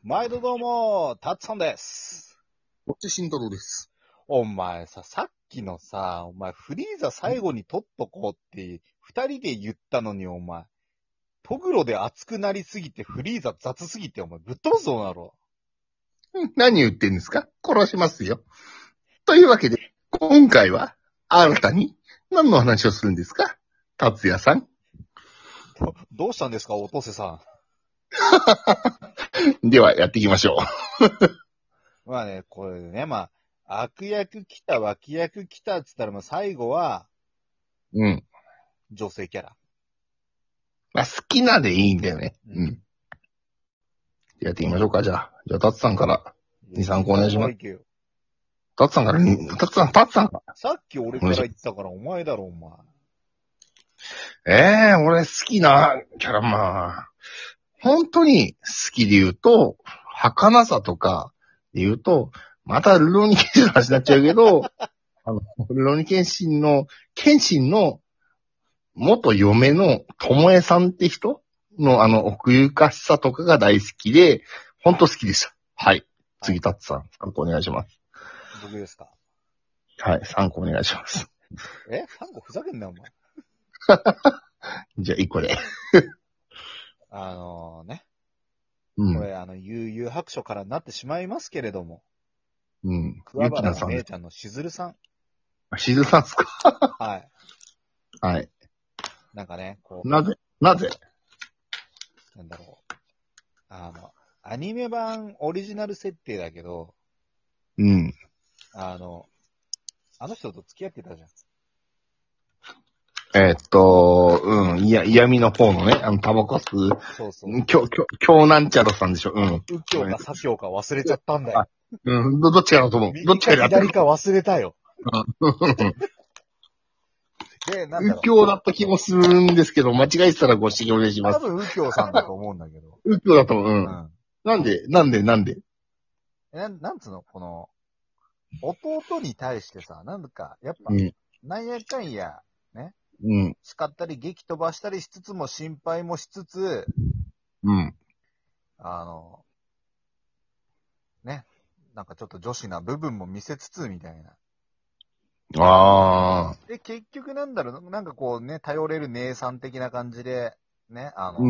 毎度どうも、たつさんです。 こっち慎太郎です。 お前さ、さっきのさ、お前フリーザ最後に取っとこうって二人で言ったのにお前、トグロで熱くなりすぎてフリーザ雑すぎてお前ぶっ飛ばすぞなろ。 何言ってんですか？殺しますよ。というわけで、今回は、新たに、何の話をするんですか？達也さん。 どうしたんですか、おとせさでは、やっていきましょん。まあね、これね、まあ、悪役来た、脇役来たっつったら、まあ最後は、 う。うん。 女性キャラ。 まあ、好きなでいいんだよね。 うんうん。やっていきましょうか、じゃあ。じゃあ、達さんから、2、3個お願いします。 いけよ。 達さんからに、達さんかさっき俺ら。 から言ったからお前だろ、お前。 俺好きなキャラ、まあ、本当に好きで言うと、儚さとかで言うと、またルローニケンシンの話になっちゃうけど、ルローニケンシンの、ケンシンの元嫁のともえさんって人の奥ゆかしさとかが大好きで、本当好きでした。はい。次、タッツさん、参考お願いします。 僕ですか。 はい、参考お願いします。 サンゴふざけんなよ、お前。 じゃあ、1個で。 ね。 うん。 これ、悠々白書からなってしまいますけれども、 うん。 桑原のゆきなさんで姉ちゃんのしずるさん。 す。しずさんですか？ はい。 はい。 なんかね、 なぜなんだろう。アニメ版オリジナル設定だけど、 うん。 あの人と付き合ってたじゃん。 嫌味の方のね、タバコ吸う、 そうそう。 京なんちゃらさんでしょ？うん。 右京か左京か忘れちゃったんだよ。 あ、うん、どっちかだと思う。どっ右かちかでやってる。 左か忘れたよ。 うんで、なんだ右ろ京だった気もするんですけど、間違えてたらご指摘お願いしう。 ます。 多分右京さんだと思うんだけど。 右京だと思う。うん。 うん。 なんでなんつうの、弟に対してさ、なんか、やっぱ、 うん。 なんやかんや、ね、 うん。 叱ったり激飛ばしたりしつつも心配もしつつ、 うん。 あの、ね、なんかちょっと女子な部分も見せつつみたいな。 ああ。 で、結局なんだろう、なんかこうね、頼れる姉さん的な感じで、ね、 うん。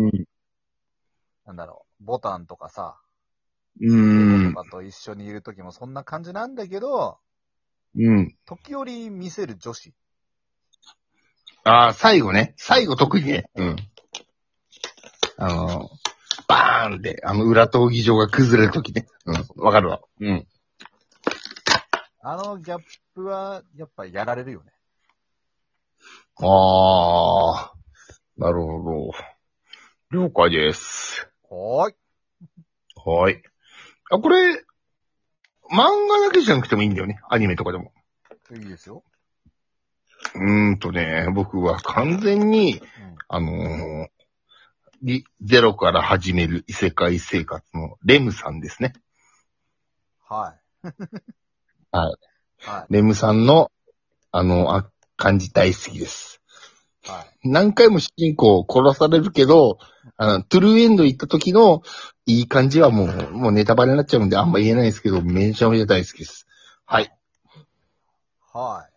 なんだろう、ボタンとかさ、 うエゴとん。 かと一緒にいる時もそんな感じなんだけど、 うん。 時折見せる女子。 ああ、最後ね。最後特にね。うん。あの、バーンって、裏闘技場が崩れるときね。うん。わかるわ。うん。 あのギャップは、やっぱやられるよね。 ああ。なるほど。了解です。 はーい。 はい。これ、漫画だけじゃなくてもいいんだよね。アニメとかでも。 いいですよ。 僕は完全に、 うん。 ゼロから始める異世界生活のレムさんですね。 ははい。 い。はい。 レムさんの、感じ大好きです。 は何回も主人公を殺されるけど、トゥルーエンド行った時のいい感じはもうネタバレになっちゃうんであんま言えないですけど、めちゃめちゃ大好きです。はい。 は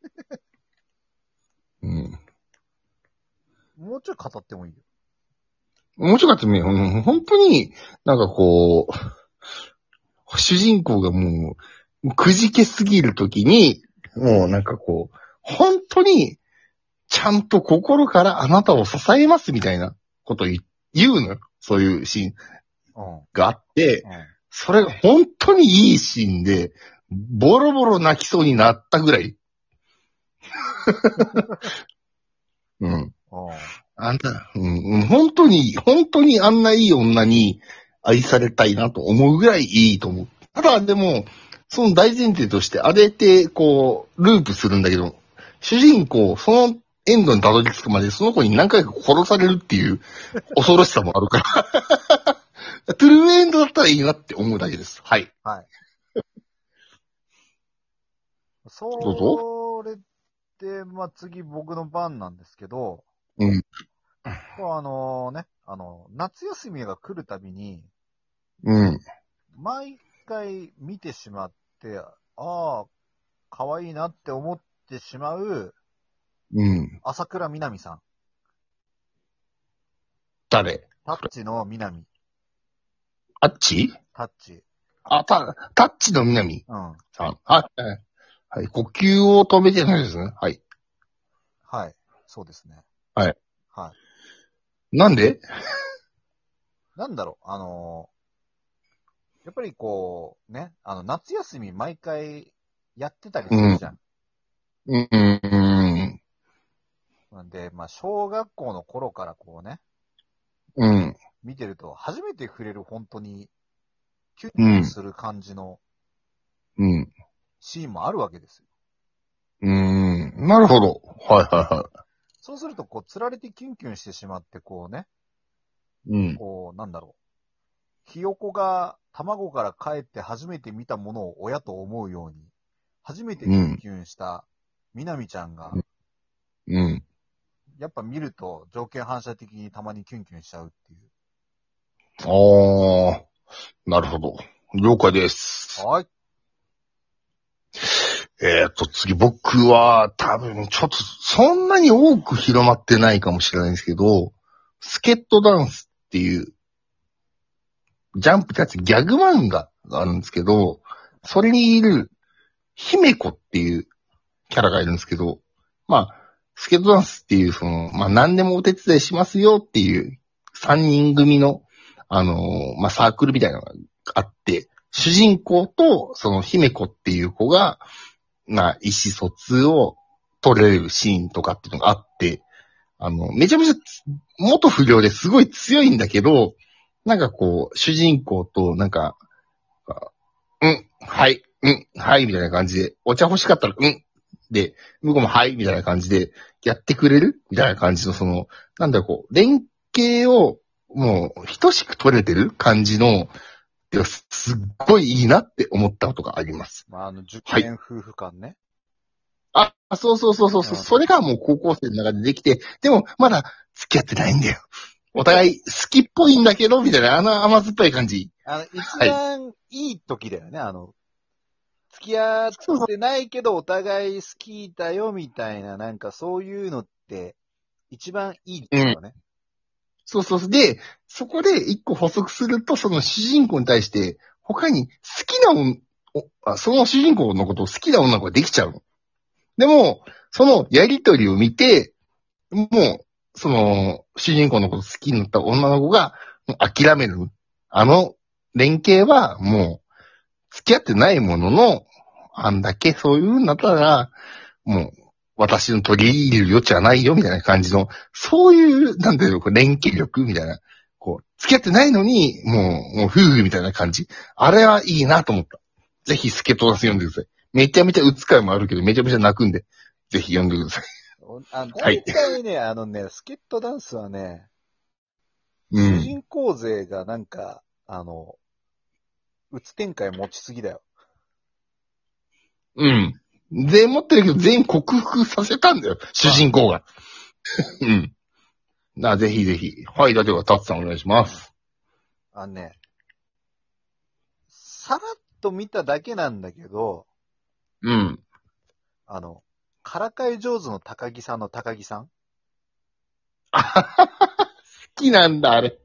うん。 い。もうちょい語ってもいいよ。 面白かったね。本当に、なんかこう、主人公がもう、くじけすぎる時に、もうなんかこう、本当に、ちゃんと心からあなたを支えますみたいなことを言うのよ。そういうシーンうん。 があって、 うん。 それが本当にいいシーンで、ボロボロ泣きそうになったぐらい。うん。 うん。 あんた、本当にあんないい女に愛されたいなと思うぐらいいいと思う。ただでも、その大前提として、あれってこう、ループするんだけど、主人公、そのエンドにたどり着くまでその子に何回か殺されるっていう恐ろしさもあるから、トゥルーエンドだったらいいなって思うだけです。はい。 はい。 どうぞ。 それって、まあ、次僕の番なんですけど、 うん。 夏休みが来るたびに、 うん。 毎回見てしまって、ああ、可愛いなって思ってしまう、 うん。 朝倉みなみさん。 誰？ タッチのみなみ。 あっち？ タッチ。 あ、タッチの南うん。 さん。あ、はい。呼吸を止めてないですね。はい。 はい。そうですね。 はい。 はなんで？ い。なんだろう、やっぱりこう、ね、夏休み毎回やってたりうん。 するじゃん。 うん。うん。 なんで、まあ、小学校の頃からこうね、 うん。 見てると、初めて触れる本当に、キュンうん。 キュンする感じのうん。 シーンもあるわけですよ。 うん。なるほど。はいはいはそうすると、こう、釣られてキュンキュンしてしまって、こうね、 い。うん。 こう、なんだろう。ひよこが卵から帰って初めて見たものを親と思うように、初めてうん。 キュンキュンしたみなみちゃんが、 うん。 やっぱ見ると条件反射的にたまにキュンキュンしちゃうっていう。 ああ、なるほど。了解です。 はい。 次僕は多分ちょっとそんなに多く広まってないかもしれないんですけど、スケットダンスっていうジャンプってやつギャグ漫画があるんですけど、それにいる姫子っていうキャラがいるんですけど、まあ、スケートダンスっていうまあ何でもお手伝いしますよっていう3人組の、まあサークルみたいなのがあって、主人公とその姫子っていう子が、まあ意思疎通を取れるシーンとかっていうのがあって、めちゃめちゃ元不良ですごい強いんだけど、なんかこう、主人公となんか、うん、はい、うん、はい、みたいな感じで、お茶欲しかったら、うん、で、向こうもはい、みたいな感じで、やってくれるみたいな感じの、なんだろう、こう、連携を、もう、等しく取れてる感じの、すっごいいいなって思ったことがあります。 まあ、受はい。 験夫婦間ね。 あ、そうそうそうそう、 うん。 それがもう高校生の中でできて、でも、まだ付き合ってないんだよ。お互い好きっぽいんだけど、みたいな、甘酸っぱい感じ。 一はい。 番いい時だよね。付き合っそうそうてないけどお互い好きだよみたいな、なんかそういうのって一番いい時うん。 だよね。 そうそうそう。で、そこで一個補足すると、その主人公に対して、他に好きなその主人公のことを好きな女の子ができちゃうの。でも、そのやりとりを見て、もう、主人公のこと好きになった女の子が、もう諦める。あの連携は、もう、付き合ってないものの、あんだけそういうんだったら、もう、私の取り入れる余地はないよ、みたいな感じの、そういう、なんていうの、こう連携力みたいな。こう、付き合ってないのに、もう夫婦みたいな感じ。あれはいいなと思った。ぜひ、スケトラス読んでください。めちゃめちゃ打つ回もあるけど、めちゃめちゃ泣くんで、ぜひ読んでください。は大い。 体ね、スケットダンスはね、主うん。 人公勢がなんか、うつ展開持ちすぎだよ。 うん。全員持ってるけど、全員克服させたんだよ。主まあね。 人公が。うん。ぜひぜひ。はい、では、タツさんお願いしまうん。 す。 ね、さらっと見ただけなんだけど、 うん。 あの、からかい上手の高木さんの高木さん。 好きなんだ、あれ。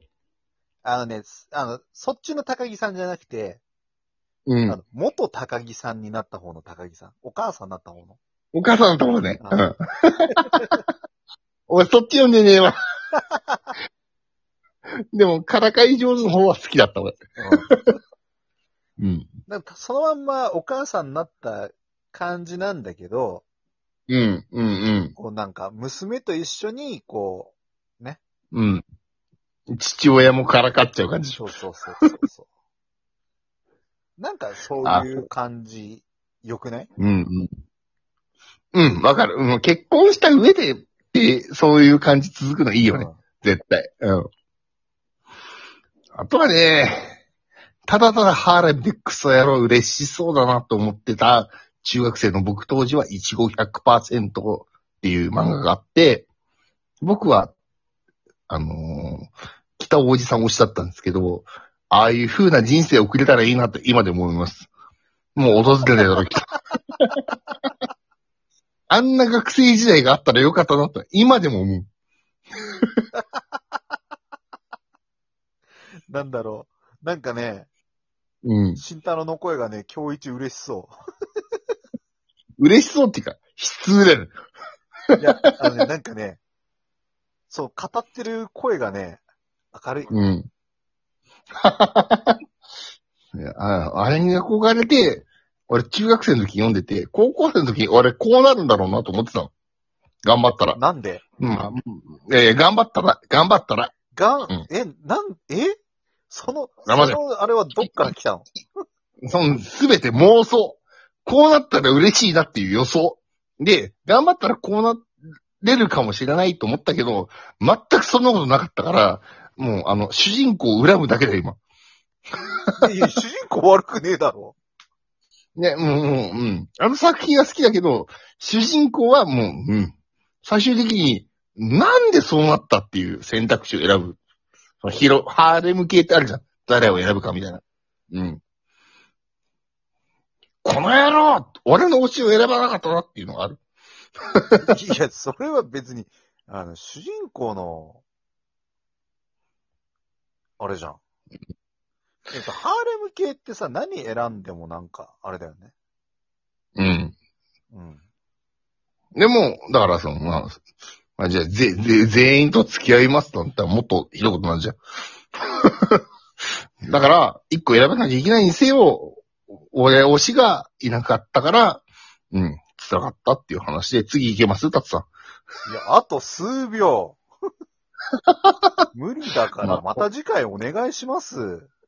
そっちの高木さんじゃなくて、 うん。 元高木さんになった方の高木さん。お母さんになった方の。 お母さんのところね。うあん。俺、そっち読んでねえわ。でも、からかい上手の方は好きだった、俺。 うん。 うん。 なんかそのまんまお母さんになった感じなんだけど、 うん、うん、 こうなんか娘と一緒に、こう、ね。 うん。うん。父親もからかっちゃう感じ。 そうそうそうそうそう。なんかそうあ、 いう感じ、良くない？ うん、うん。うん、わかる。うん、結婚した上で、そういう感じ続くのいいよね。 うん。 絶対。うん。あとはね、ただただハーレムでクソ野郎嬉しそうだなと思ってた中学生の僕当時はイチゴ100%っていう漫画があって、僕は、北大路さん推しだったんですけど、 ああいう風な人生を送れたらいいなって今でも思います。もう訪れないだろうきっと。あんな学生時代があったらよかったなと今でも思う。 なんだろう。なんかね、 うん。 慎太郎の声がね、今日一嬉しそ嬉しそうっていうか、悲痛だよね。 う。いや、なんかね、そう、語ってる声がね、明るい。 うん。いやあれに憧れて、俺中学生の時読んでて、高校生の時俺こうなるんだろうなと思ってたの。頑張ったら。 なんでまあ、いや頑張ったら、頑張ったら。うん、頑張れ。 あれはどっから来たの？ すべて妄想。こうなったら嬉しいなっていう予想。で、頑張ったらこうなれるかもしれないと思ったけど、全くそんなことなかったから、もう主人公を恨むだけだよ、今。 いや、主人公悪くねえだろ。 ね、あの作品は好きだけど、主人公はもう、最終的に、なんでそうなったっていう選択肢を選ぶ。ハーレム系ってあるじゃん。誰を選ぶかみたいな。うん。この野郎俺の推しを選ばなかったなっていうのがある。 いや、それは別に、主人公の、あれじゃん。ハーレム系ってさ、何選んでもなんか、あれだよね。 うん。 うん。 でも、だからじゃあ、全員と付き合いますとなったらもっとひどいことなんじゃん。だから、一個選ばなきゃいけないにせよ、俺推しがいなかったから、辛かったっていう話で、次行けますタツさん。 いや、あと数秒。無理だから、また次回お願いします。